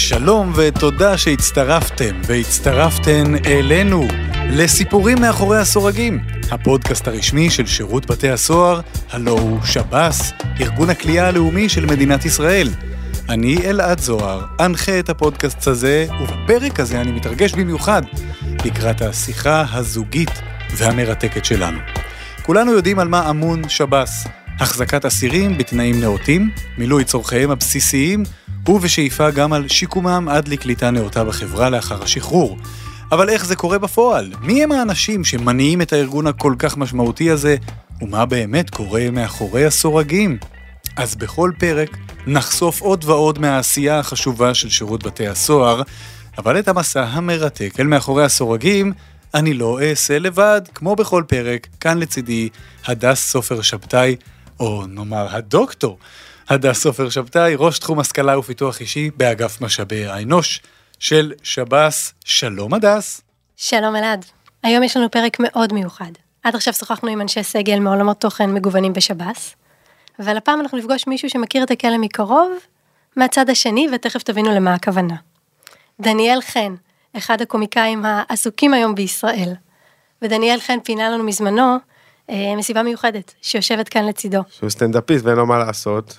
שלום ותודה שהצטרפתם והצטרפתן אלינו לסיפורים מאחורי הסורגים, הפודקאסט הרשמי של שירות בתי הסוהר, הלו הוא שב"ס, ארגון הכלייה הלאומי של מדינת ישראל. אני אלעד זוהר, אנחה את הפודקאסט הזה, ובפרק הזה אני מתרגש במיוחד לקראת השיחה הזוגית והמרתקת שלנו. כולנו יודעים על מה אמון שב"ס, החזקת אסירים בתנאים נאותים, מילוי צורכיהם הבסיסיים, ובשאיפה גם על שיקומם עד לקליטה נאותה בחברה לאחר השחרור. אבל איך זה קורה בפועל? מי הם האנשים שמניעים את הארגון הכל כך משמעותי הזה, ומה באמת קורה מאחורי הסורגים? אז בכל פרק נחשוף עוד ועוד מהעשייה החשובה של שירות בתי הסוהר, אבל את המסע המרתק אל מאחורי הסורגים אני לא אעשה לבד. כמו בכל פרק, כאן לצידי הדס סופר שבתאי, או נאמר הדוקטור הדס סופר שבתאי, ראש תחום השכלה ופיתוח אישי באגף משאבי האנוש של שב"ס. שלום הדס. שלום אלעד. היום יש לנו פרק מאוד מיוחד. עד עכשיו שוחחנו עם אנשי סגל מעולמות תוכן מגוונים בשב"ס, אבל הפעם אנחנו נפגוש מישהו שמכיר את הכלא מקרוב, מהצד השני, ותכף תבינו למה הכוונה. דניאל חן, אחד הקומיקאים העסוקים היום בישראל, ודניאל חן פינה לנו מזמנו מסיבה מיוחדת, שיושבת כאן לצידו. שהוא סטנדאפיסט ואין לו מה לעשות.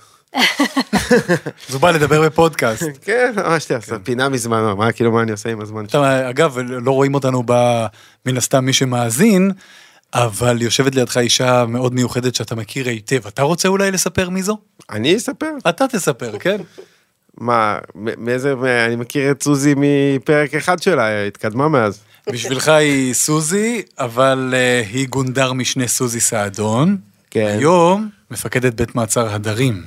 זו בא לדבר בפודקאסט. כן, ממש תעשה, פינה מזמנו, מה אני עושה עם הזמן שלי? אגב, לא רואים אותנו מן הסתם מי שמאזין, אבל יושבת לידך אישה מאוד מיוחדת שאתה מכיר היטב. אתה רוצה אולי לספר מי זו? אני אספר? אתה תספר, כן. מה, אני מכיר את סוזי מפרק אחד שלה, התקדמה מאז. בשבילך היא סוזי, אבל היא גונדר משנה סוזי סעדון. כן. היום מפקדת בית מעצר הדרים.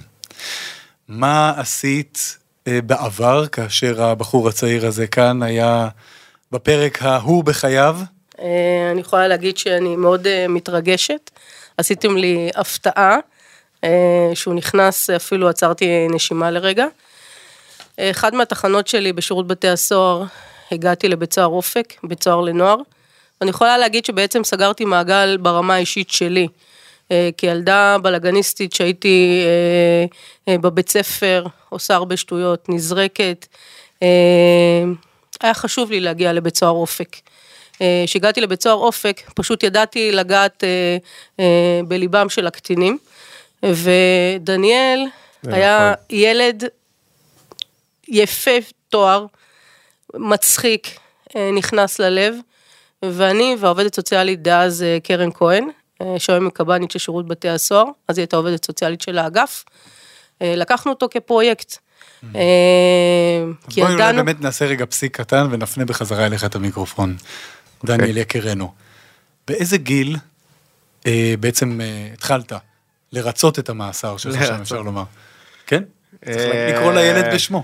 מה עשית בעבר, כאשר הבחור הצעיר הזה כאן היה בפרק ההוא בחייו? אני יכולה להגיד שאני מאוד מתרגשת. עשיתם לי הפתעה, שהוא נכנס, אפילו עצרתי נשימה לרגע. אחד מהתחנות שלי בשירות בתי הסוהר, הגעתי לבית סוהר אופק, בית סוהר לנוער, ואני יכולה להגיד שבעצם סגרתי מעגל ברמה האישית שלי, כילדה בלגניסטית שהייתי בבית ספר, עושה הרבה שטויות, נזרקת, היה חשוב לי להגיע לבית סוהר אופק. כשהגעתי לבית סוהר אופק, פשוט ידעתי לגעת בליבם של הקטינים, ודניאל היה ילד יפה תואר, מצחיק, נכנס ללב, ואני והעובדת סוציאלית דאז קרן כהן, שהיום מקב"נית של שירות בתי הסוהר, אז היא הייתה עובדת סוציאלית של האגף, לקחנו אותו כפרויקט. בואי אולי באמת נעשה רגע פסיק קטן, ונפנה בחזרה אליך את המיקרופון. דניאל יקרנו. באיזה גיל בעצם התחלת לרצות את המאסר שלך, שם אפשר לומר? כן? צריך לקרוא לילד בשמו.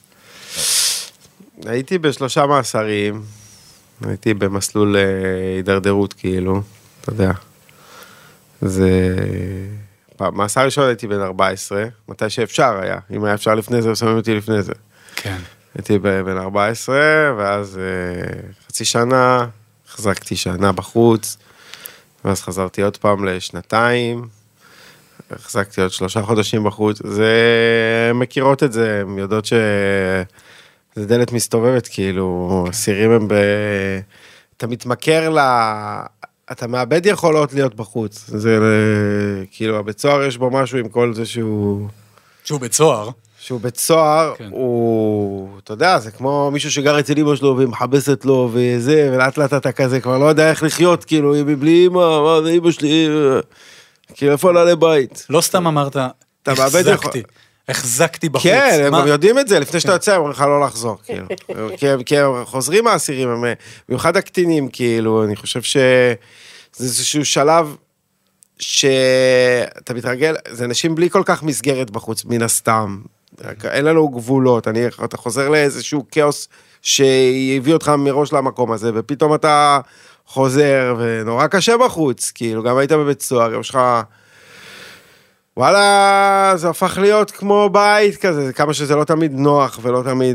הייתי ב3 מאסרים, הייתי במסלול הידרדרות כאילו, אתה יודע. זה... מאסר ראשון הייתי בן 14, מתי שאפשר היה, אם היה אפשר לפני זה, שמים אותי לפני זה. כן. הייתי בן 14, ואז חצי שנה, החזקתי שנה בחוץ, ואז חזרתי עוד פעם לשנתיים, החזקתי עוד 3 חודשים בחוץ, זה מכירות את זה, הן יודעות זה דלת מסתובבת, כאילו, אסירים הם אתה מתמכר אתה מאבד יכולות להיות בחוץ. זה, כאילו, הבית סוהר יש בו משהו עם כל זה שהוא בית סוהר. שהוא בית סוהר, הוא, אתה יודע, זה כמו מישהו שגר אצל אמא שלו, ומחבסת לו, וזה, ולאט לאט אתה כזה, כבר לא יודע איך לחיות, כאילו, בלי אמא, מה זה אמא שלי, כאילו, איפה עולה לבית? לא סתם אמרת, החזקתי בחוץ. כן, הם גם יודעים את זה, לפני שאתה יוצא, הם אומרים לך לא לחזור, כאילו. כי הם חוזרים מהאסירים, במיוחד הקטינים, כאילו, אני חושב שזה איזשהו שלב שאתה מתרגל, זה אנשים בלי כל כך מסגרת בחוץ, מן הסתם. אין לנו גבולות, אתה חוזר לאיזשהו כאוס שיביא אותך מראש למקום הזה, ופתאום אתה חוזר, ונורא קשה בחוץ, כאילו, גם היית בבית סוהר, יש לך... וואלה, זה הפך להיות כמו בית כזה, כמה שזה לא תמיד נוח, ולא תמיד,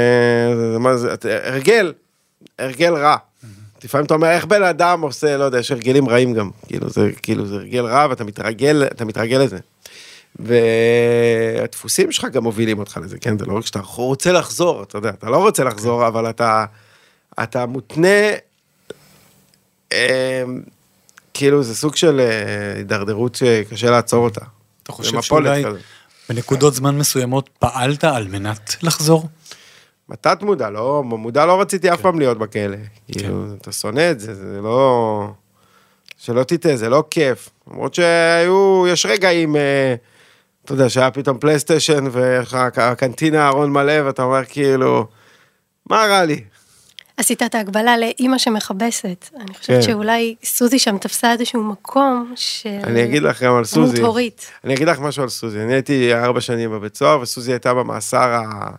הרגל רע. לפעמים אתה אומר, איך בן אדם עושה, לא יודע, יש הרגלים רעים גם, כאילו זה הרגל רע, ואתה מתרגל לזה. ואתה הדפוסים שלך גם מובילים אותך לזה, כן? זה לא רק שאתה רוצה לחזור, אתה יודע, אתה לא רוצה לחזור, אבל אתה מותנה, כאילו זה סוג של הידרדרות שקשה לעצור אותה. אתה חושב שאולי בנקודות זמן מסוימות פעלת על מנת לחזור? מתת מודע, לא, מודע לא רציתי אף פעם להיות בכלא. כאילו, אתה שונא את זה, זה לא... שלא תטעה, זה לא כיף. למרות יש רגעים, אתה יודע, שהיה פתאום פלייסטיישן, והקנטינה ארון מלא, ואתה אומר כאילו, מה רע לי? עשית את ההגבלה לאמא שמחבסת. אני חושבת שאולי סוזי שם תפסה איזשהו מקום של... אני אגיד לך גם על סוזי. דמות הורית. אני אגיד לך משהו על סוזי. אני הייתי 4 שנים בבית סוהר, וסוזי הייתה במאסר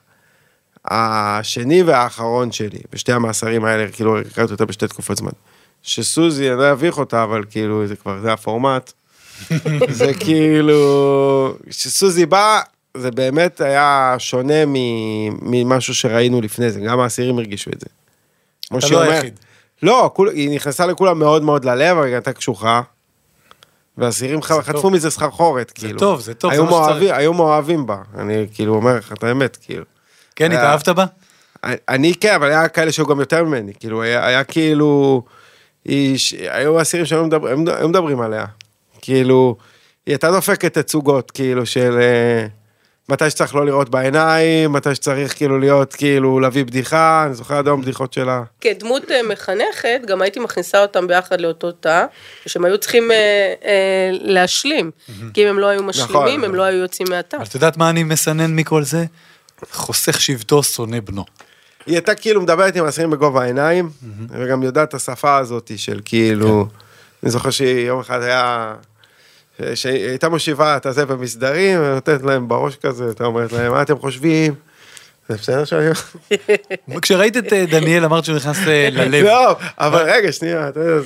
השני והאחרון שלי. בשתי המאסרים האלה, כאילו, הכרתי אותה בשתי תקופות זמן. שסוזי, אני לא אביך אותה, אבל כאילו, זה כבר, זה הפורמט. זה כאילו, שסוזי בא, זה באמת היה שונה ממשהו שראינו לפני זה, גם האסירים הרגישו את זה. אתה לא היחיד. לא, היא נכנסה לכולם מאוד מאוד ללב, אבל היא הייתה קשוחה, והאסירים חטפו מזה סחרחורת, כאילו. זה טוב, זה טוב, זה מה שצריך. היו מאוהבים בה, אני כאילו אומר לך את האמת, כאילו. כן, התאהבת בה? אני כן, אבל היה כאלה שהוא גם יותר ממני, כאילו, היה כאילו, היו אסירים שהיו מדברים עליה, כאילו, היא הייתה דופקת תצוגות, כאילו, של מתי שצריך לא לראות בעיניים, מתי שצריך כאילו להיות, כאילו, להביא בדיחה, אני זוכר עד היום בדיחות שלה. כדמות מחנכת, גם הייתי מכניסה אותם ביחד לאותו תא, שהם היו צריכים להשלים, כי אם הם לא היו משלימים, הם לא היו יוצאים מהתא. אבל אתה יודעת מה אני מסנן מכל זה? חוסך שבטו, שונא בנו. היא הייתה כאילו מדברת עם האסירים בגובה העיניים, וגם יודעת את השפה הזאת של כאילו, אני זוכר שיום אחד היה... שהייתה מושיבה את הזה במסדרים, ונותנת להם בראש כזה, אתה אומרת להם, מה אתם חושבים? זה בסדר שאני... כשראית את דניאל, אמרת שהוא נכנס ללב. לא, אבל רגע, שנייה, אתה יודע,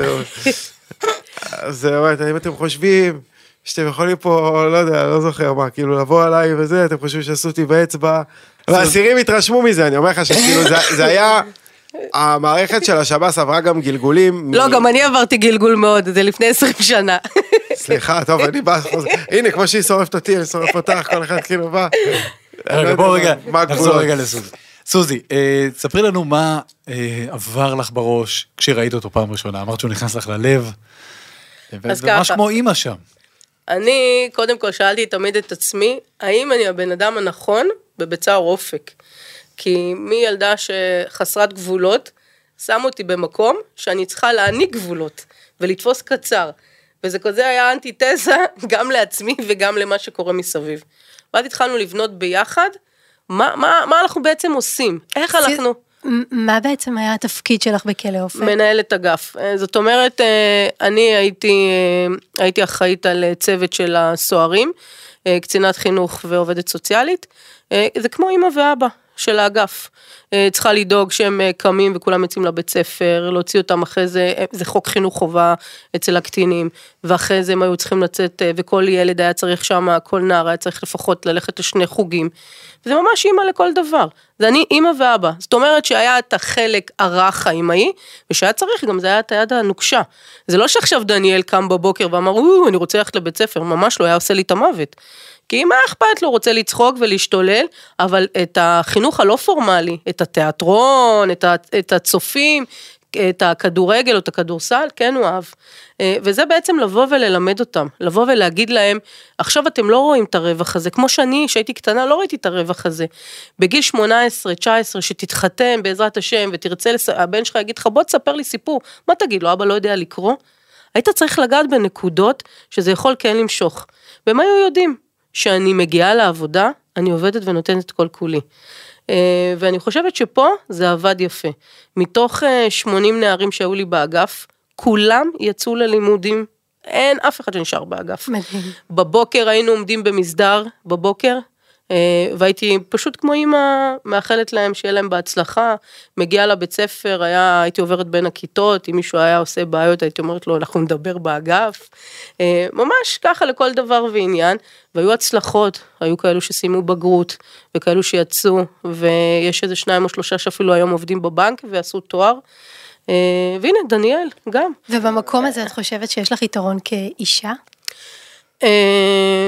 זה אומרת, אם אתם חושבים, שאתם יכולים פה, לא יודע, לא זוכר מה, כאילו לבוא עליי וזה, אתם חושבים שעשו אותי באצבע, והאסירים התרשמו מזה, אני אומר לך שכאילו זה היה... המערכת של השב"ס עברה גם גלגולים. לא, גם אני עברתי גלגול מאוד, זה לפני 20 שנה. סליחה, טוב, אני בא, הנה, כמו שהיא שורפת אותי, אני שורף אותך, כל אחד כאילו בא. בוא רגע, נחזור רגע לסוזי. סוזי, ספרי לנו מה עבר לך בראש כשראית אותו פעם ראשונה, אמרת שהוא נכנס לך ללב, וממש כמו אימא שם. אני, קודם כל, שאלתי תמיד את עצמי, האם אני הבן אדם הנכון בבית סוהר אופק? כי מי ילדה שחסרת גבולות, שם אותי במקום שאני צריכה להעניק גבולות, ולתפוס קצר. וזה כזה היה אנטיתזה, גם לעצמי וגם למה שקורה מסביב. ואז התחלנו לבנות ביחד, מה אנחנו בעצם עושים? איך הלכנו? מה בעצם היה התפקיד שלך בכלא אופק? מנהלת אגף. זאת אומרת, אני הייתי אחראית על צוות של הסוהרים, קצינת חינוך ועובדת סוציאלית, זה כמו אמא ואבא של האגף. צריכה לדאוג שהם קמים וכולם יוצאים לבית ספר, להוציא אותם אחרי זה, זה חוק חינוך חובה אצל הקטינים, ואחרי זה הם היו צריכים לצאת, וכל ילד היה צריך שם, כל נער היה צריך לפחות ללכת לשני חוגים, וזה ממש אימא לכל דבר, זה אני אימא ואבא, זאת אומרת שהיה את החלק הרך האימאי, ושהיה צריך גם זה היה את היד הנוקשה, זה לא שעכשיו דניאל קם בבוקר ואמר, אני רוצה ללכת לבית ספר, ממש לא היה עושה לי את המוות, כי אם אכפת לו, רוצה לצחוק ולהשתולל, אבל את החינוך הלא פורמלי, את התיאטרון, את הצופים, את הכדורגל או את הכדורסל, כן הוא אהב. וזה בעצם לבוא וללמד אותם, לבוא ולהגיד להם, עכשיו אתם לא רואים את הרווח הזה, כמו שאני, שהייתי קטנה, לא ראיתי את הרווח הזה. בגיל 18, 19, שתתחתן בעזרת השם, ותרצה, הבן שלך יגיד לך, בוא תספר לי סיפור, מה תגיד לו, אבא לא יודע לקרוא? היית צריך לגעת בנקודות, שזה יכול כן למשוך. ומה היו יודעים? שאני מגיעה לעבודה, אני עובדת ונותנת את כל כולי. ואני חושבת שפה זה עבד יפה. מתוך 80 נערים שהיו לי באגף, כולם יצאו ללימודים, אין אף אחד שנשאר באגף. מדהים. בבוקר היינו עומדים במסדר, בבוקר, והייתי פשוט כמו אמא, מאחלת להם שיהיה להם בהצלחה, מגיעה לבית ספר, הייתי עוברת בין הכיתות, אם מישהו היה עושה בעיות, הייתי אומרת לו, אנחנו נדבר באגף, ממש ככה לכל דבר ועניין, והיו הצלחות, היו כאלו שסיימו בגרות, וכאלו שיצאו, ויש איזה 2 או 3 שאפילו היום עובדים בבנק, ועשו תואר, והנה, דניאל, גם. ובמקום הזה את חושבת שיש לך יתרון כאישה?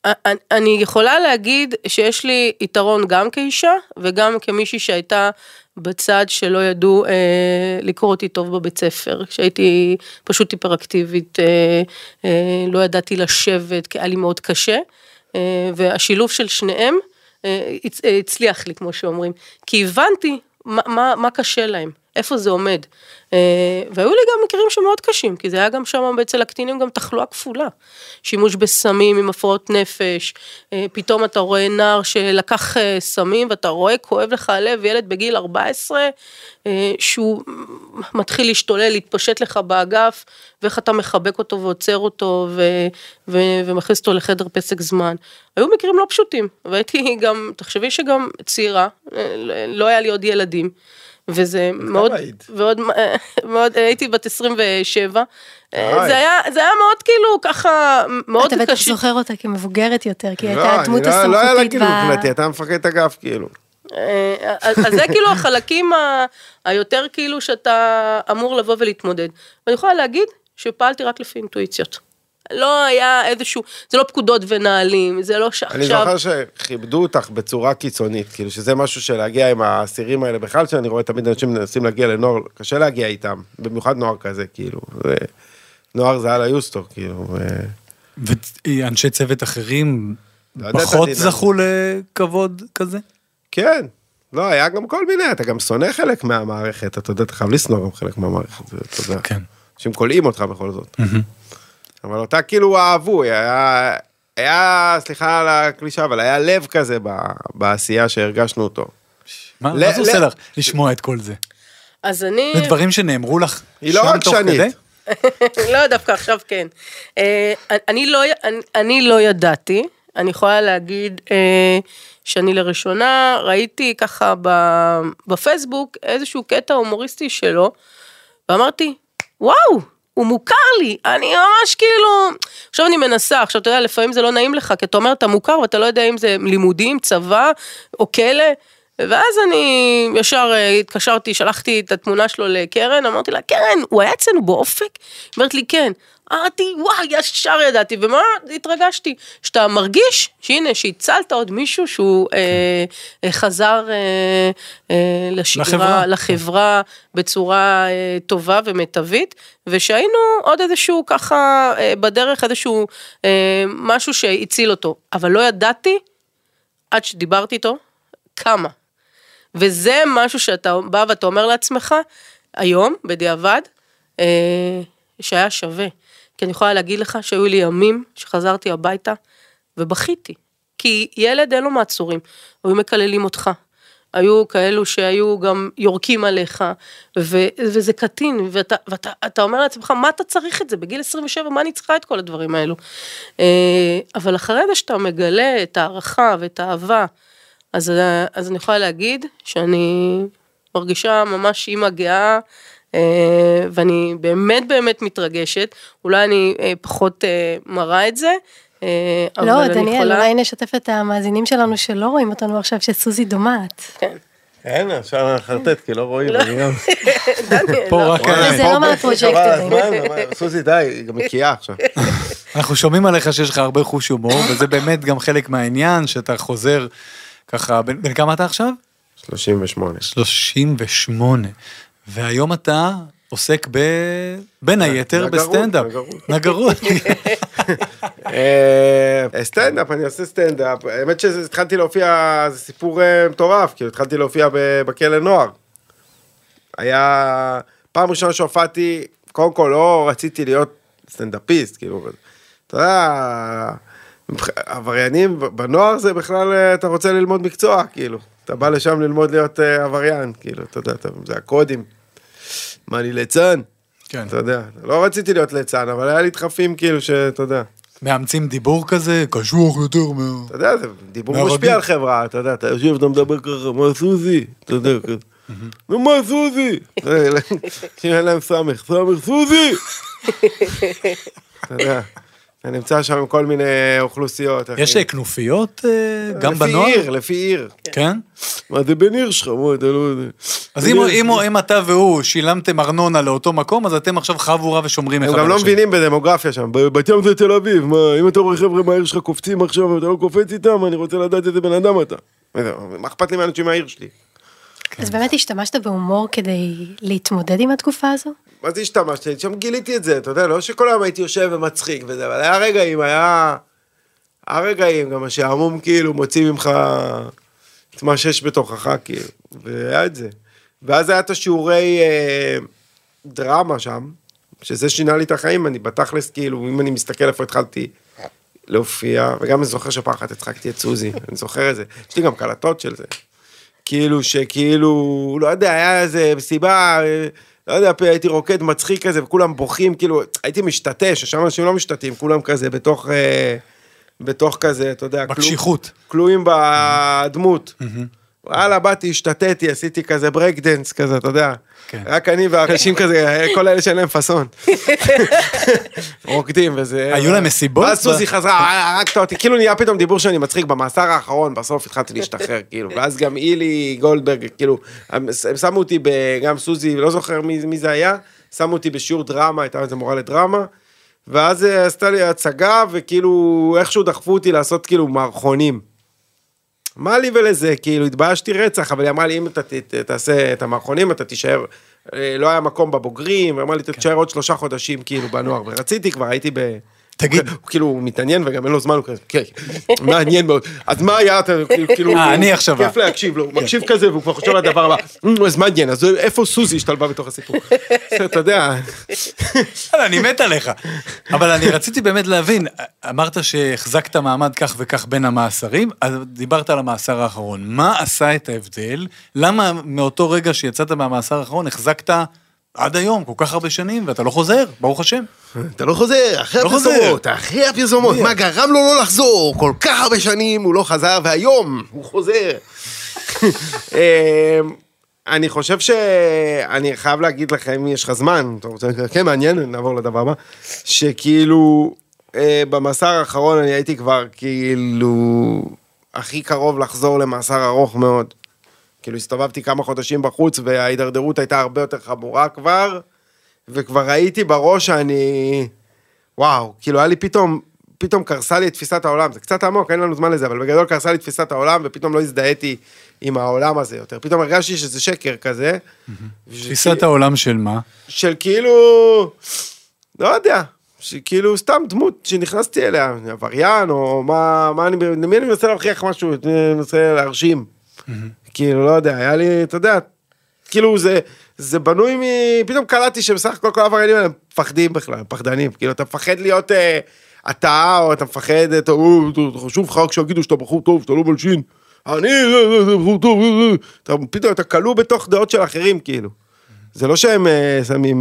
אני יכולה להגיד שיש לי יתרון גם כאישה, וגם כמישהי שהייתה בצד שלא ידעו לקרוא אותי טוב בבית ספר, כשהייתי פשוט היפראקטיבית, לא ידעתי לשבת, כי היה לי מאוד קשה, והשילוב של שניהם הצליח לי, כמו שאומרים, כי הבנתי מה קשה להם, איפה זה עומד, והיו לי גם מקרים שמאוד קשים, כי זה היה גם שם אצל הקטינים גם תחלואה כפולה, שימוש בסמים עם הפרעות נפש, פתאום אתה רואה נער שלקח סמים, ואתה רואה כואב לך הלב, ילד בגיל 14, שהוא מתחיל להשתולל, להתפשט לך באגף, ואיך אתה מחבק אותו ועוצר אותו, ומכניס אותו לחדר פסק זמן. היו מקרים לא פשוטים, והייתי גם, תחשבי שגם צעירה, לא היה לי עוד ילדים, וזה מאוד, מאוד, הייתי בת 27, זה היה מאוד כאילו ככה, מאוד קשה. אתה בטח זוכר אותה כמבוגרת יותר, כי הייתה הדמות הסמכותית. לא היה לה כאילו מבלתי, אתה מפקד אגף כאילו. אז זה כאילו החלקים היותר כאילו שאתה אמור לבוא ולהתמודד. ואני יכולה להגיד שפעלתי רק לפי אינטואיציות. לא היה איזשהו, זה לא פקודות ונעלים, זה לא שעכשיו... אני זוכר שכיבדו אותך בצורה קיצונית, כאילו שזה משהו שלהגיע עם האסירים האלה, בכלל שאני רואה תמיד אנשים מנסים להגיע לנוער, קשה להגיע איתם, במיוחד נוער כזה, כאילו, נוער זה על היוסטור, כאילו. ואנשי צוות אחרים פחות זכו לכבוד כזה? כן, לא, היה גם כל מיני, אתה גם שונא חלק מהמערכת, אתה יודע, אתה חייב לשנוא גם חלק מהמערכת, אתה יודע, שהם קולעים אותך בכל זאת. אבל אותה כאילו אהבו, היה, סליחה על הקלישה, אבל היה לב כזה בעשייה שהרגשנו אותו. מה זה עושה לך לשמוע את כל זה? אז אני... זה דברים שנאמרו לך היא לא רגשנית. לא, דווקא עכשיו כן. אני לא ידעתי, אני יכולה להגיד שאני לראשונה ראיתי ככה בפייסבוק איזשהו קטע הומוריסטי שלו, ואמרתי, וואו, הוא מוכר לי, אני ממש כאילו, עכשיו אני מנסה, עכשיו אתה יודע, לפעמים זה לא נעים לך, כי אתה אומר, אתה מוכר, ואתה לא יודע אם זה לימודים, צבא, או כלא, ואז אני ישר התקשרתי, שלחתי את התמונה שלו לקרן, אמרתי לה, קרן, הוא היה אצלנו באופק? אמרת לי, כן. אמרתי, וואי, ישר ידעתי, ומה התרגשתי? שאתה מרגיש, שהנה, שהצלת עוד מישהו, שהוא חזר לשגרה, לחברה, בצורה טובה ומיטבית, ושהיינו עוד איזשהו ככה, בדרך איזשהו משהו שהציל אותו, אבל לא ידעתי, עד שדיברתי איתו, כמה. וזה משהו שאתה בא ואתה אומר לעצמך, היום, בדיעבד, שהיה שווה. כי אני יכולה להגיד לך שהיו לי ימים שחזרתי הביתה ובכיתי. כי ילד אין לו מעצורים, היו מקללים אותך. היו כאלו שהיו גם יורקים עליך, וזה קטין, ואתה אומר לעצמך, מה אתה צריך את זה? בגיל 27, מה אני צריכה את כל הדברים האלו? אבל אחרי זה שאתה מגלה את הערכה ואת האהבה, אז אני יכולה להגיד שאני מרגישה ממש אימא גאה, ואני באמת באמת מתרגשת, אולי אני פחות מראה את זה, לא, דניאל, אולי נשתף את המאזינים שלנו שלא רואים אותנו עכשיו, שסוזי דומעת. כן. אין, אפשר לחרטט, כי לא רואים. זה לא מהפרוג'קטורים. סוזי, די, היא גם מקיאה עכשיו. אנחנו שומעים עליך שיש לך הרבה חוש הומור, וזה באמת גם חלק מהעניין, שאתה חוזר ככה, בן כמה אתה עכשיו? 38. 38. והיום אתה עוסק בין היתר בסטנדאפ. נגרות. סטנדאפ, אני עושה סטנדאפ. האמת שהתחלתי להופיע, זה סיפור מטורף, כאילו התחלתי להופיע בכלא נוער. היה פעם ראשונה שהופעתי, קודם כל לא רציתי להיות סטנדאפיסט, כאילו, אתה יודע, עבריינים בנוער זה בכלל, אתה רוצה ללמוד מקצוע, כאילו. אתה בא לשם ללמוד להיות עבריין, כאילו, אתה יודע, זה הקודים. מה, אני ליצן? כן. אתה יודע, לא רציתי להיות ליצן, אבל היה לי דחפים כאילו שאתה יודע. מאמצים דיבור כזה, קשוח יותר אתה יודע, זה דיבור משפיע על חברה, אתה יודע, אתה יושב, אתה מדבר ככה, מה סוזי? אתה יודע, כזה. נו, מה סוזי? אין להם סמך, סוזי! אתה יודע, אני נמצא שם עם כל מיני אוכלוסיות. יש כנופיות גם בנוער? לפי עיר. כן? מה זה בן עיר שלך? אתה לא יודע. אז אם אתה והוא שילמתם ארנונה לאותו מקום, אז אתם עכשיו חבורה ושומרים אחד על השני. הם גם לא מבינים בדמוגרפיה שם. בת ים זה תל אביב. אם אתה רואה חבר'ה מהעיר שלך קופצים עכשיו, ואתה לא קופץ איתם, אני רוצה לדעת איזה בן אדם אתה. מה אכפת לי מהאנשים מהעיר שלי? אז באמת השתמשת בהומור כדי להתמודד עם התקופה הזו? מה זה השתמשתי? שם גיליתי את זה, אתה יודע, לא שכל היום הייתי יושב ומצחיק וזה, אבל היה רגעים, גם השעמום כאילו מוציא ממך את מה שיש בתוכך, כאילו, והיה את זה. ואז היה את השיעורי דרמה שם, שזה שינה לי את החיים, אני בתכלס כאילו, אם אני מסתכל איפה התחלתי להופיע, וגם אני זוכר שפעם אחת הצחקתי את סוזי, אני זוכר את זה, יש לי גם קלטות של זה. כאילו, לא יודע, היה איזה סיבה, לא יודע, הייתי רוקד מצחיק כזה, וכולם בוכים, כאילו, הייתי משתתש, שם אנשים לא משתתים, כולם כזה, בתוך כזה, אתה יודע, בקשיחות. כלואים בדמות. וואלה, באתי, השתתתי, עשיתי כזה ברייק דנס כזה, אתה יודע. רק אני והאנשים כזה, כל אלה שאין להם פסון. רוקדים וזה. היו להם מסיבות? ואז סוזי חזרה, הרגת אותי, כאילו נהיה פתאום דיבור שאני מצחיק, במאסר האחרון, בסוף התחלתי להשתחרר, כאילו. ואז גם אילי גולדברג, כאילו, הם שמו אותי, גם סוזי, לא זוכר מי זה היה, שמו אותי בשיעור דרמה, הייתה איזה מורה לדרמה, ואז עשתה לי הצגה, וכאילו, איכשהו דחפו אותי לעשות כאילו מערכונים. מה לי ולזה, כאילו, התביישתי רצח, אבל היא אמרה לי, אם אתה תעשה את המערכונים, אתה תישאר, לא היה מקום בבוגרים, אמרה לי, תישאר עוד 3 חודשים, כאילו, בנוער, ורציתי כבר, הייתי תגיד. כאילו, הוא מתעניין, וגם אין לו זמן, הוא כזה, כן, מעניין מאוד. אז מה היה, כאילו, אני עכשיו. כיף להקשיב לו, הוא מקשיב כזה, והוא כבר חושב על הדבר הבא, אז מעניין, אז איפה סוזי השתלבה בתוך הסיפור? אתה יודע. אני מת עליך. אבל אני רציתי באמת להבין, אמרת שהחזקת מעמד כך וכך בין המאסרים, אז דיברת על המאסר האחרון. מה עשה את ההבדל? למה מאותו רגע שיצאת מהמאסר האחרון, החזקת עד היום, כל כך הרבה שנים, ואתה לא חוזר, ברוך השם. אתה לא חוזר, אחרי הפרסומות, מה גרם לו לא לחזור? כל כך הרבה שנים הוא לא חזר, והיום הוא חוזר. אני חושב שאני חייב להגיד לכם, אם יש לך זמן, אתה רוצה, כן, מעניין, נעבור לדבר הבא, שכאילו, במאסר האחרון אני הייתי כבר כאילו, הכי קרוב לחזור למאסר ארוך מאוד. כאילו הסתובבתי כמה חודשים בחוץ, וההידרדרות הייתה הרבה יותר חמורה כבר, וכבר ראיתי בראש שאני, וואו, כאילו היה לי פתאום קרסה לי את תפיסת העולם, זה קצת עמוק, אין לנו זמן לזה, אבל בגדול קרסה לי תפיסת העולם, ופתאום לא הזדהיתי עם העולם הזה יותר, פתאום הרגשתי שזה שקר כזה. תפיסת העולם של מה? של כאילו, לא יודע, שכאילו סתם דמות שנכנסתי אליה, עבריין, או למי אני מנסה להוכיח משהו, אני מנסה להרשים. כאילו, לא יודע, היה לי, אתה יודע, כאילו זה בנוי פתאום קלטתי שבסך הכל כל העבריינים האלה מפחדים בכלל, פחדנים, כאילו אתה מפחד להיות אתה, או אתה מפחד, חשוב לך כשיגידו שאתה בחור טוב, שאתה לא מלשין, בחור טוב, פתאום אתה קלו בתוך דעות של אחרים, כאילו, זה לא שהם שמים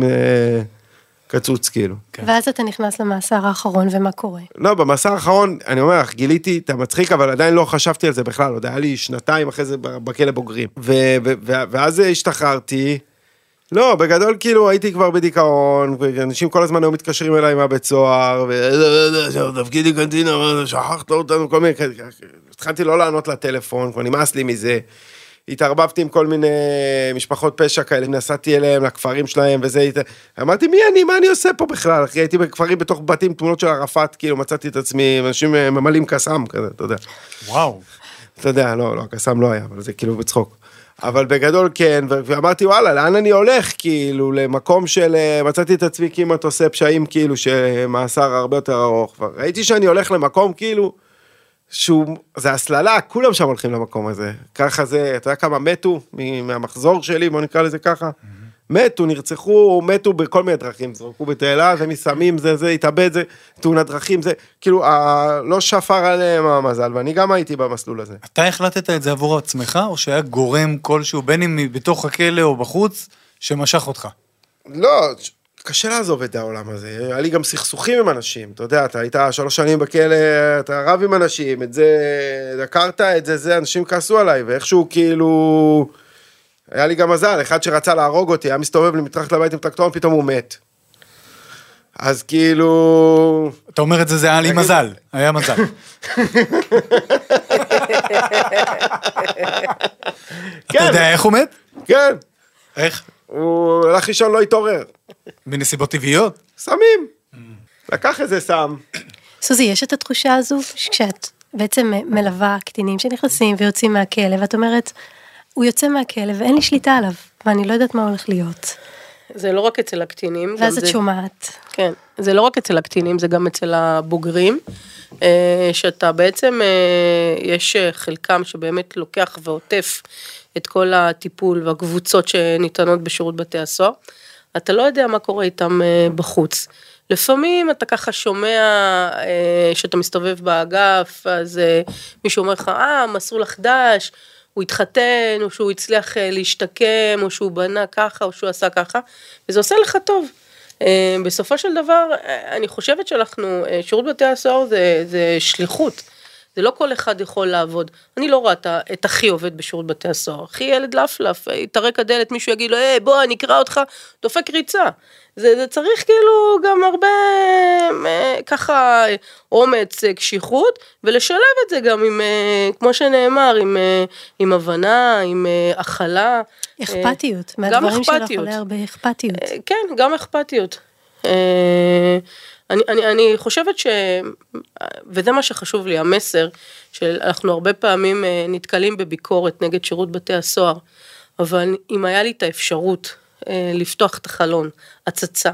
קצוץ, כאילו. ואז אתה נכנס למאסר האחרון, ומה קורה? לא, במאסר האחרון, אני אומר לך, גיליתי את המצחיק, אבל עדיין לא חשבתי על זה בכלל, עוד היה לי 2 אחרי זה בכלא בוגרים. ואז השתחררתי, לא, בגדול כאילו הייתי כבר בדיכאון, ואנשים כל הזמן היו מתקשרים אליי מהבית סוהר, תפקידי קנטינה, שכחת אותנו, כל מיני, התחלתי לא לענות לטלפון, כבר נמאס לי מזה, התערבבתי עם כל מיני משפחות פשע כאלה, נסעתי אליהם, לכפרים שלהם, וזה, אמרתי, מי אני, מה אני עושה פה בכלל? אחי, הייתי בכפרים בתוך בתים, תמונות של ערפאת, כאילו מצאתי את עצמי, אנשים ממלאים קסם כזה, אתה יודע. וואו. אתה יודע, לא, הקסם לא היה, אבל זה כאילו בצחוק. אבל בגדול כן, ואמרתי, וואלה, לאן אני הולך, כאילו, למקום של, מצאתי את עצמי כמעט עושה פשעים, כאילו, שמאסר הרבה יותר ארוך, וראיתי שאני הולך למקום, כאילו, זה הסללה, כולם שם הולכים למקום הזה, ככה זה, אתה יודע כמה מתו מהמחזור שלי, בוא נקרא לזה ככה, מתו, נרצחו, מתו בכל מיני דרכים, זרקו בתאלה, זה מסמים, זה התאבד, זה תאונת דרכים, זה כאילו, לא שפר עליהם המזל, ואני גם הייתי במסלול הזה. אתה החלטת את זה עבור עצמך, או שהיה גורם כלשהו, בין אם בתוך הכלא או בחוץ, שמשך אותך? לא, קשה לעזוב את העולם הזה, היה לי גם סכסוכים עם אנשים, אתה יודע, אתה היית 3 שנים בכלא, אתה רב עם אנשים, את זה, דקרת את זה, אנשים כעסו עליי, ואיכשהו כאילו, היה לי גם מזל, אחד שרצה להרוג אותי, היה מסתובב לי מתחת לבית עם טרקטורון, פתאום הוא מת. אז כאילו... אתה אומר את זה, זה היה לי מזל, היה מזל. אתה יודע איך הוא מת? כן. איך? הוא הלך לישון, לא התעורר. בנסיבות טבעיות? סמים. לקח איזה סם. סוזי, יש את התחושה הזו, כשאת בעצם מלווה קטינים שנכנסים ויוצאים מהכלא, ואת אומרת, הוא יוצא מהכלא ואין לי שליטה עליו, ואני לא יודעת מה הולך להיות. זה לא רק אצל הקטינים. ואז את שומעת. כן, זה לא רק אצל הקטינים, זה גם אצל הבוגרים, שאתה בעצם, יש חלקם שבאמת לוקח ועוטף את כל הטיפול והקבוצות שניתנות בשירות בתי הסוהר, אתה לא יודע מה קורה איתם בחוץ. לפעמים אתה ככה שומע שאתה מסתובב באגף, אז מישהו אומר לך, מסלול החדש, הוא התחתן, או שהוא הצליח להשתקם, או שהוא בנה ככה, או שהוא עשה ככה, וזה עושה לך טוב. בסופו של דבר, אני חושבת שאנחנו, שירות בתי הסוהר זה שליחות, זה לא כל אחד יכול לעבוד. אני לא רואה את אחי עובד בשירות בתי הסוהר, אחי ילד לפלף, יתרק הדלת, מישהו יגיד לו, בוא, אני אקרא אותך, דופק ריצה. זה צריך כאילו גם הרבה ככה אומץ, קשיחות, ולשלב את זה גם עם, כמו שנאמר, עם הבנה, עם הכלה. אכפתיות, מהדברים שלך עולה הרבה אכפתיות. כן, גם אכפתיות. אני חושבת וזה מה שחשוב לי, המסר, שאנחנו הרבה פעמים נתקלים בביקורת נגד שירות בתי הסוהר, אבל אם היה לי את האפשרות לפתוח את החלון, הצצה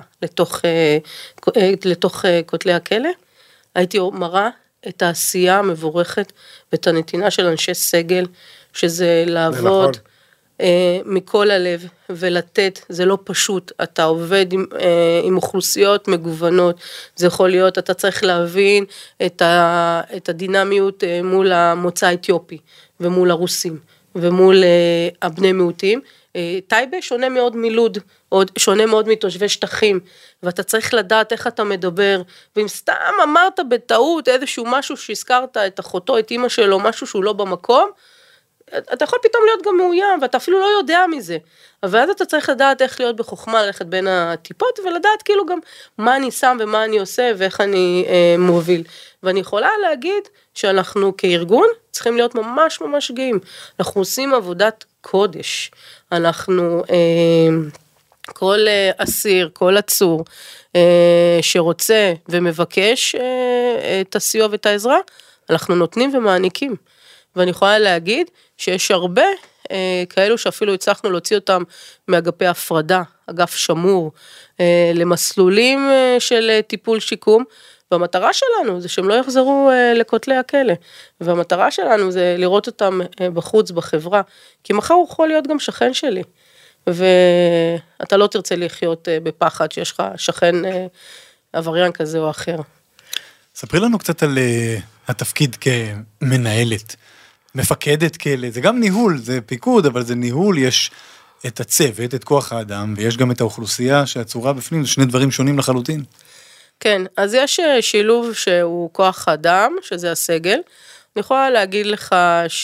לתוך כותלי הכלא, הייתי מראה את העשייה המבורכת ואת הנתינה של אנשי סגל, שזה לעבוד מכל הלב ולתת, זה לא פשוט, אתה עובד עם אוכלוסיות מגוונות, זה יכול להיות, אתה צריך להבין את הדינמיות מול המוצא האתיופי ומול הרוסים ומול הבני מיעוטים, טייבה שונה מאוד מלוד, שונה מאוד מתושבי שטחים, ואתה צריך לדעת איך אתה מדבר, ואם סתם אמרת בטעות איזשהו משהו שהזכרת את אחותו, את אמא שלו, משהו שהוא לא במקום, אתה יכול פתאום להיות גם מאוים, ואתה אפילו לא יודע מזה, אבל אז אתה צריך לדעת איך להיות בחוכמה, ללכת בין הטיפות, ולדעת כאילו גם מה אני שם ומה אני עושה, ואיך אני מוביל. ואני יכולה להגיד שאנחנו כארגון צריכים להיות ממש ממש גאים, אנחנו עושים עבודת קודש, אנחנו, כל אסיר, כל עצור, שרוצה ומבקש את הסיוע ואת העזרה, אנחנו נותנים ומעניקים. ואני יכולה להגיד שיש הרבה כאלו שאפילו הצלחנו להוציא אותם מאגפי הפרדה, אגף שמור, למסלולים של טיפול שיקום, והמטרה שלנו זה שהם לא יחזרו לכותלי הכלא, והמטרה שלנו זה לראות אותם בחוץ, בחברה, כי מחר הוא יכול להיות גם שכן שלי, ואתה לא תרצה לחיות בפחד שיש לך שכן עבריין כזה או אחר. ספרי לנו קצת על התפקיד כמנהלת, מפקדת כלא, זה גם ניהול, זה פיקוד, אבל זה ניהול, יש את הצוות, את כוח האדם, ויש גם את האוכלוסייה שהצורה בפנים, זה שני דברים שונים לחלוטין. כן, אז יש שילוב שהוא כוח האדם, שזה הסגל. אני יכולה להגיד לך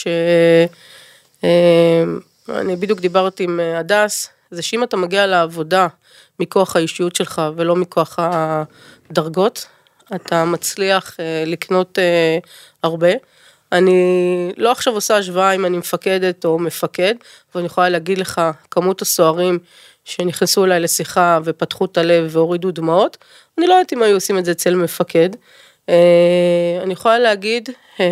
אני בדיוק דיברתי עם הדס, זה שאם אתה מגיע לעבודה מכוח האישיות שלך ולא מכוח הדרגות, אתה מצליח לקנות הרבה. אני לא עכשיו עושה השוואה אם אני מפקדת או מפקד, ואני יכולה להגיד לך כמות הסוהרים שנכנסו אליי לשיחה ופתחו את הלב והורידו דמעות, אני לא יודעת אם היו עושים את זה אצל מפקד. אני יכולה להגיד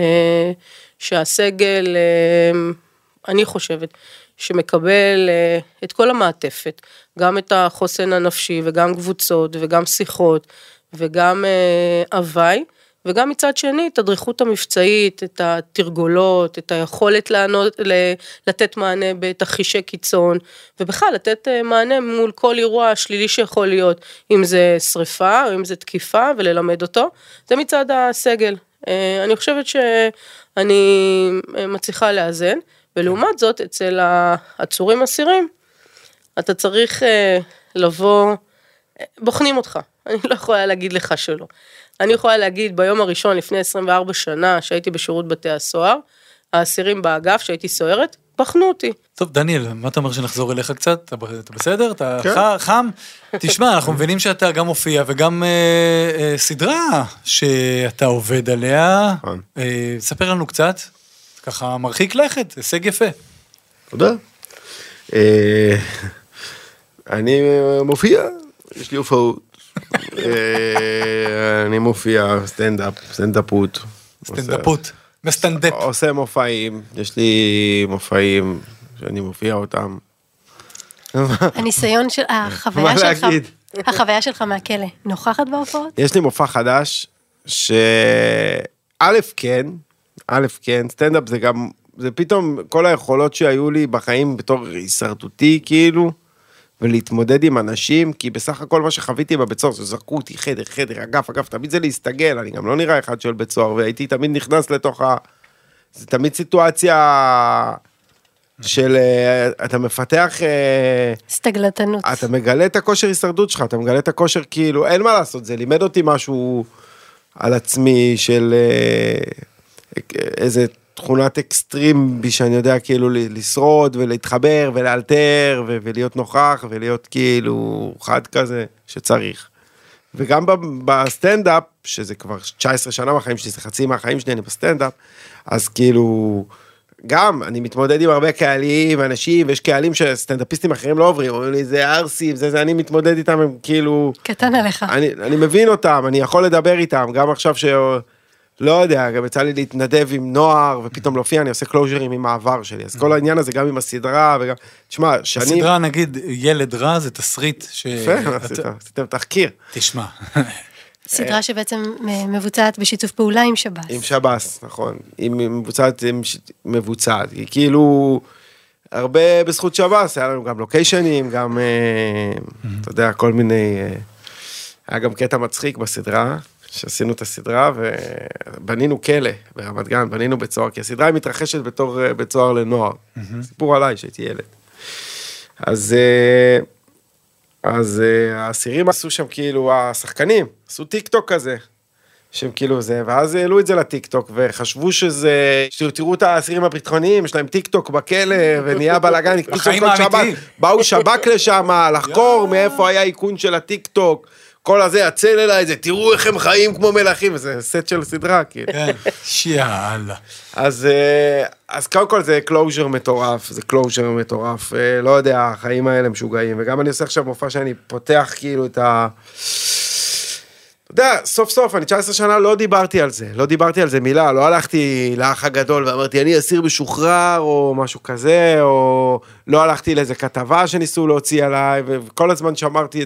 שהסגל, אני חושבת, שמקבל את כל המעטפת, גם את החוסן הנפשי וגם קבוצות וגם שיחות וגם הוואי, וגם מצד שני את הדריכות המבצעית, את התרגולות, את היכולת לתת מענה בתרחישי קיצון, ובכלל לתת מענה מול כל אירוע שלילי שיכול להיות, אם זה שריפה או אם זה תקיפה, וללמד אותו, זה מצד הסגל. אני חושבת שאני מצליחה לאזן, ולעומת זאת אצל העצורים אסירים, אתה צריך לבוא, בוחנים אותך, אני לא יכולה להגיד לך שלא. אני יכולה להגיד ביום הראשון לפני 24 שנה שהייתי בשירות בתי הסוהר, האסירים באגף שהייתי סוהרת, בחנו אותי. טוב, דניאל, מה אתה אומר שנחזור אליך קצת? אתה בסדר? אתה כן. חם? תשמע, אנחנו מבינים שאתה גם מופיע וגם סדרה שאתה עובד עליה. נכון. ספר לנו קצת, ככה מרחיק לכת, הישג יפה. תודה. אני מופיע, יש לי הופעות. אני מופיע סטנדאפות. סטנדאפות, מסטנדאפ. עושה מופעים, יש לי מופעים שאני מופיע אותם. הניסיון של, מה להגיד? החוויה שלך מהכלא, נוכחת בהופעות? יש לי מופע חדש, כן, סטנדאפ זה גם, זה פתאום כל היכולות שהיו לי בחיים בתור הישרדותי כאילו, ולהתמודד עם אנשים, כי בסך הכל מה שחוויתי בבית סוהר, זרקו אותי חדר, אגף, תמיד זה להסתגל, אני גם לא נראה אחד של בית סוהר, והייתי תמיד נכנס לתוך זה תמיד סיטואציה של, אתה מפתח, סטגלתנות. אתה מגלה את הכושר הישרדות שלך, אתה מגלה את הכושר כאילו, אין מה לעשות, זה לימד אותי משהו על עצמי של איזה תכונת אקסטרים בי שאני יודע כאילו לשרוד ולהתחבר ולאלתר ולהיות נוכח ולהיות כאילו חד כזה שצריך. וגם בסטנדאפ, שזה כבר 19 שנה מהחיים שלי, זה חצי מהחיים שלי, אני בסטנדאפ, אז כאילו, גם אני מתמודד עם הרבה קהלים, אנשים, ויש קהלים שסטנדאפיסטים אחרים לא עוברים, אומרים לי, זה ארסי, זה אני מתמודד איתם, הם כאילו... קטן עליך. אני מבין אותם, אני יכול לדבר איתם, גם עכשיו לא יודע, גם יצא לי להתנדב עם נוער, ופתאום להופיע, אני עושה קלוז'רים עם העבר שלי, אז כל העניין הזה גם עם הסדרה, וגם, תשמע, שאני... הסדרה, נגיד, ילד רע, זה תסריט ש... עשיתם תחקיר. תשמע. סדרה שבעצם מבוצעת בשיתוף פעולה עם שב"ס. עם שב"ס, נכון. היא מבוצעת. היא כאילו, הרבה בזכות שב"ס, היה לנו גם לוקיישנים, גם, אתה יודע, כל מיני... היה גם קטע מצחיק בסדרה, שעשינו את הסדרה, ובנינו כלא ברמת גן, בנינו בית סוהר, כי הסדרה היא מתרחשת בתור בית סוהר לנוער. סיפור עליי שהייתי ילד. אז האסירים עשו שם כאילו, השחקנים, עשו טיק טוק כזה, שהם כאילו זה, ואז העלו את זה לטיק טוק, וחשבו תראו את האסירים הביטחוניים, יש להם טיק טוק בכלא, ונהיה בלגן, החיים האמיתיים. באו שב"כ לשם, לחקור מאיפה היה איכון של הטיק טוק, כל הזה, הצל אליי, זה, תראו איך הם חיים כמו מלאכים, וזה סט של סדרה, כאילו. כן, שיאללה. אז קודם כל זה קלוז'ר מטורף, לא יודע, החיים האלה משוגעים, וגם אני עושה עכשיו מופע שאני פותח כאילו את ה... אתה יודע, סוף סוף, אני 19 שנה לא דיברתי על זה מילה, לא הלכתי לאח הגדול ואמרתי, אני אסיר משוחרר, או משהו כזה, או לא הלכתי לאיזה כתבה שניסו להוציא עליי, וכל הזמן שמרתי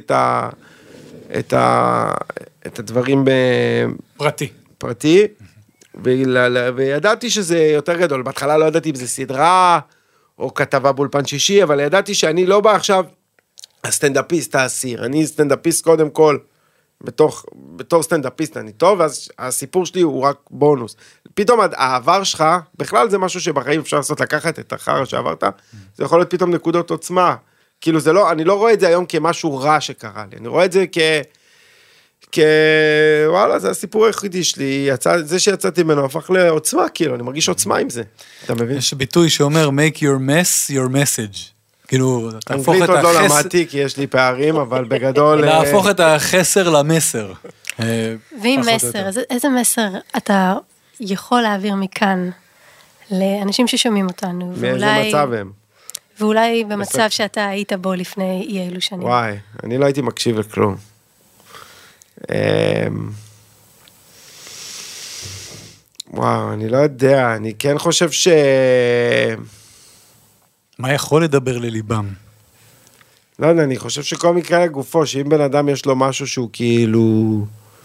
את הדברים פרטי, וידעתי שזה יותר גדול, בהתחלה לא ידעתי אם זה סדרה, או כתבה באולפן שישי, אבל ידעתי שאני לא בא עכשיו, הסטנדאפיסט האסיר, אני סטנדאפיסט קודם כל, בתור סטנדאפיסט אני טוב, ואז הסיפור שלי הוא רק בונוס. פתאום העבר שלך, בכלל זה משהו שבחיים אפשר לעשות, לקחת את החרא שעברת, זה יכול להיות פתאום נקודות עוצמה, כאילו זה לא, אני לא רואה את זה היום כמשהו רע שקרה לי, אני רואה את זה וואלה, זה הסיפור היחידי שלי, זה שיצאתי ממנו הפך לעוצמה, כאילו, אני מרגיש עוצמה עם זה, אתה מבין? יש ביטוי שאומר, make your mess your message. כאילו, תהפוך את אנגלית עוד לא למדתי, כי יש לי פערים, אבל בגדול... להפוך את החסר למסר. ועם מסר, איזה מסר אתה יכול להעביר מכאן לאנשים ששומעים אותנו? מאיזה מצב הם? ואולי במצב שאתה היית בו לפני אי אילו שנים. וואי, אני לא הייתי מקשיב לכלום. וואו, אני לא יודע, אני כן חושב מה יכול לדבר לליבם? לא יודע, אני חושב שכל מקרה לגופו, שאם בן אדם יש לו משהו שהוא כאילו...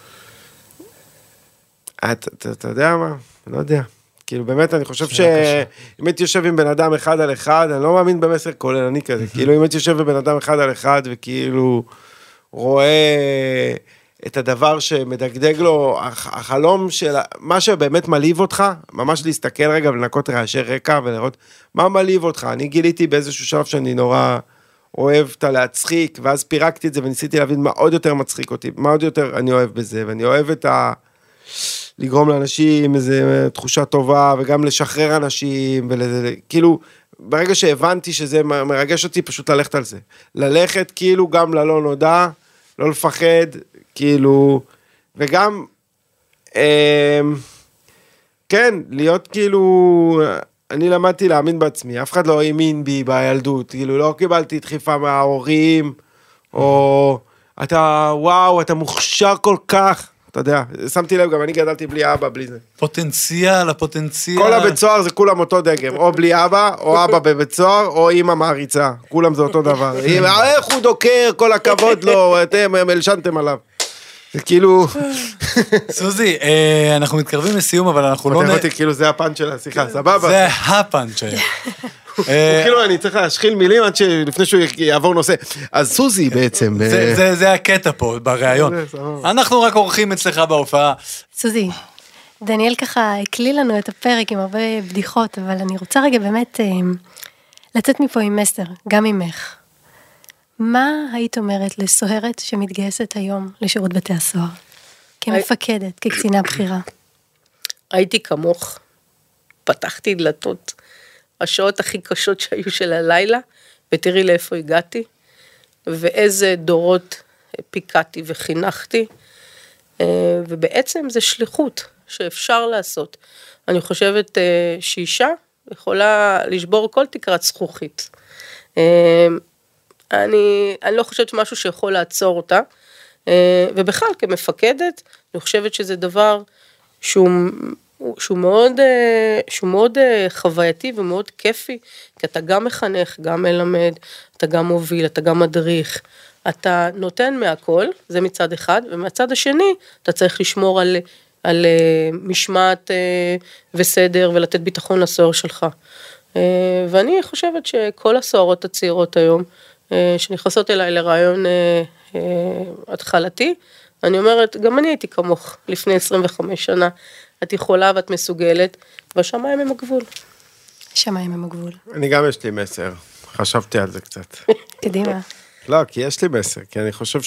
אתה יודע מה? לא יודע. כאילו באמת אני חושב שאם הייתי יושב עם בן אדם אחד על אחד, אני לא מאמין במסר כוללני כזה, כאילו אם הייתי יושב עם בן אדם אחד על אחד, וכאילו רואה את הדבר שמדגדג לו, החלום של, מה שבאמת מליב אותך, ממש להסתכל רגע ולנקות רעשי רקע, ולראות מה מליב אותך. אני גיליתי באיזשהו שלב שאני נורא אוהב את להצחיק, ואז פירקתי את זה וניסיתי להבין מה עוד יותר מצחיק אותי, מה עוד יותר אני אוהב בזה, ואני אוהב את לגרום לאנשים איזו תחושה טובה, וגם לשחרר אנשים, כאילו, ברגע שהבנתי שזה מרגש אותי, פשוט ללכת על זה. ללכת כאילו גם ללא נודע, לא לפחד, כאילו, וגם, כן, להיות כאילו, אני למדתי להאמין בעצמי, אף אחד לא האמין בי בילדות, כאילו לא קיבלתי דחיפה מההורים, או אתה, וואו, אתה מוכשר כל כך, אתה יודע, שמתי לב, גם אני גדלתי בלי אבא, בלי זה. פוטנציאל. כל הבית סוהר זה כולם אותו דגם, או בלי אבא, או אבא בבית סוהר, או אמא מעריצה, כולם זה אותו דבר. איך הוא דוקר, כל הכבוד לו, אתם הלשנתם עליו. זה כאילו... סוזי, אנחנו מתקרבים לסיום, אבל אנחנו לא... פותח אותי, כאילו זה הפאנץ' של השיחה, סבבה? זה הפאנץ' היה. כאילו אני צריך להשחיל מילים עד לפני שהוא יעבור נושא. אז סוזי בעצם. זה הקטע פה, בריאיון. אנחנו רק עורכים אצלך בהופעה. סוזי, דניאל ככה הקליל לנו את הפרק עם הרבה בדיחות, אבל אני רוצה רגע באמת לצאת מפה עם מסר, גם ממך. מה היית אומרת לסוהרת שמתגייסת היום לשירות בתי הסוהר? כמפקדת, כקצינה בכירה. הייתי כמוך, פתחתי דלתות, השעות הכי קשות שהיו של הלילה, ותראי לאיפה הגעתי, ואיזה דורות פיקעתי וחינכתי, ובעצם זה שליחות שאפשר לעשות. אני חושבת שאישה יכולה לשבור כל תקרת זכוכית. אני לא חושבת משהו שיכול לעצור אותה, ובכלל כמפקדת, אני חושבת שזה דבר שהוא מאוד חווייתי ומאוד כיפי, כי אתה גם מחנך, גם מלמד, אתה גם מוביל, אתה גם מדריך, אתה נותן מהכל, זה מצד אחד, ומצד השני, אתה צריך לשמור על משמעת וסדר, ולתת ביטחון לסוהר שלך. ואני חושבת שכל הסוהרות הצעירות היום, שנכנסות אליי לרעיון התחלתי, אני אומרת, גם אני הייתי כמוך לפני 25 שנה, את יכולה ואת מסוגלת, והשמיים הם הגבול. השמיים הם הגבול. אני גם יש לי מסר, חשבתי על זה קצת. קדימה. לא, כי יש לי מסר, כי אני חושב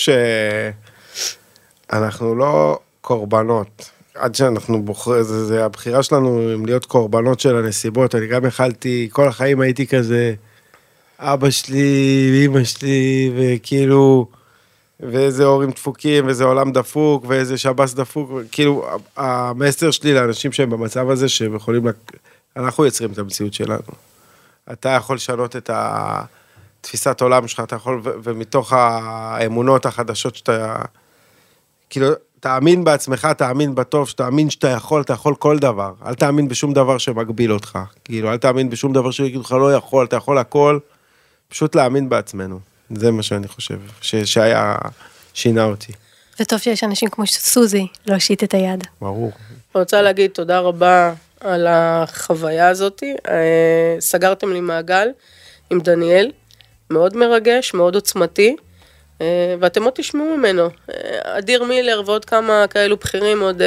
שאנחנו לא קורבנות, עד שאנחנו בוחרים, זה הבחירה שלנו עם להיות קורבנות של הנסיבות, אני גם החלתי, כל החיים הייתי כזה, אבא שלי, ואמא שלי, וכאילו, ואיזה הורים דפוקים, ואיזה עולם דפוק, ואיזה שבס דפוק, כאילו, המסר שלי לאנשים שהם במצב הזה, שהם יכולים, אנחנו יוצרים את המציאות שלנו. אתה יכול לשנות את התפיסת עולם שלך, אתה יכול, ומתוך האמונות החדשות שאתה, כאילו, תאמין בעצמך, תאמין בטוב, שתאמין שאתה יכול, אתה יכול כל דבר. אל תאמין בשום דבר שמגביל אותך. כאילו, אל תאמין בשום דבר שיגידו לך לא יכול, אתה יכול הכל. פשוט להאמין בעצמנו. זה מה שאני חושב, שהיה, שינה אותי. וטוב שיש אנשים כמו סוזי, להושיט את היד. ברור. אני רוצה להגיד תודה רבה על החוויה הזאת. סגרתם לי מעגל עם דניאל, מאוד מרגש, מאוד עוצמתי, ואתם עוד תשמעו ממנו. אדיר מילר ועוד כמה כאלו בכירים עוד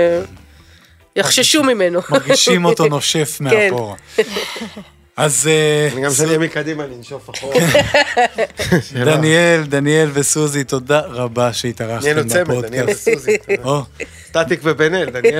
יחששו ממנו. מרגישים אותו נושף מאחורה. אז... אני גם שאני מקדימה לנשוף אחורה. דניאל וסוזי, תודה רבה שהתארחתם בפודקאסט. דניאל וסוזי. סטטיק ובן-אל, דניאל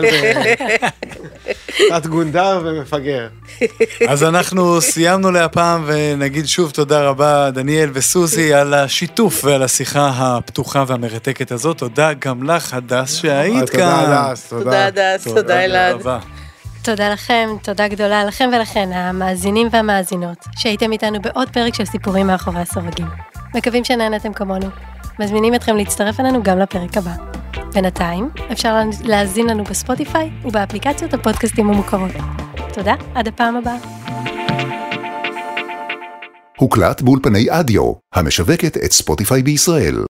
תת גונדר ומפגר. אז אנחנו סיימנו להפעם, ונגיד שוב תודה רבה, דניאל וסוזי, על השיתוף ועל השיחה הפתוחה והמרתקת הזאת. תודה גם לך, הדס, שהיית כאן. תודה, הדס, תודה אלעד. תודה לכם, תודה גדולה לכם ולכן, המאזינים והמאזינות, שהייתם איתנו בעוד פרק של סיפורים מאחורי הסורגים. מקווים שנהנתם כמונו. מזמינים אתכם להצטרף אלינו גם לפרק הבא. בינתיים, אפשר להאזין לנו בספוטיפיי ובאפליקציות הפודקאסטים המוכרות. תודה, עד הפעם הבאה. הוקלט באולפני אדיו, המשווקת את ספוטיפיי בישראל.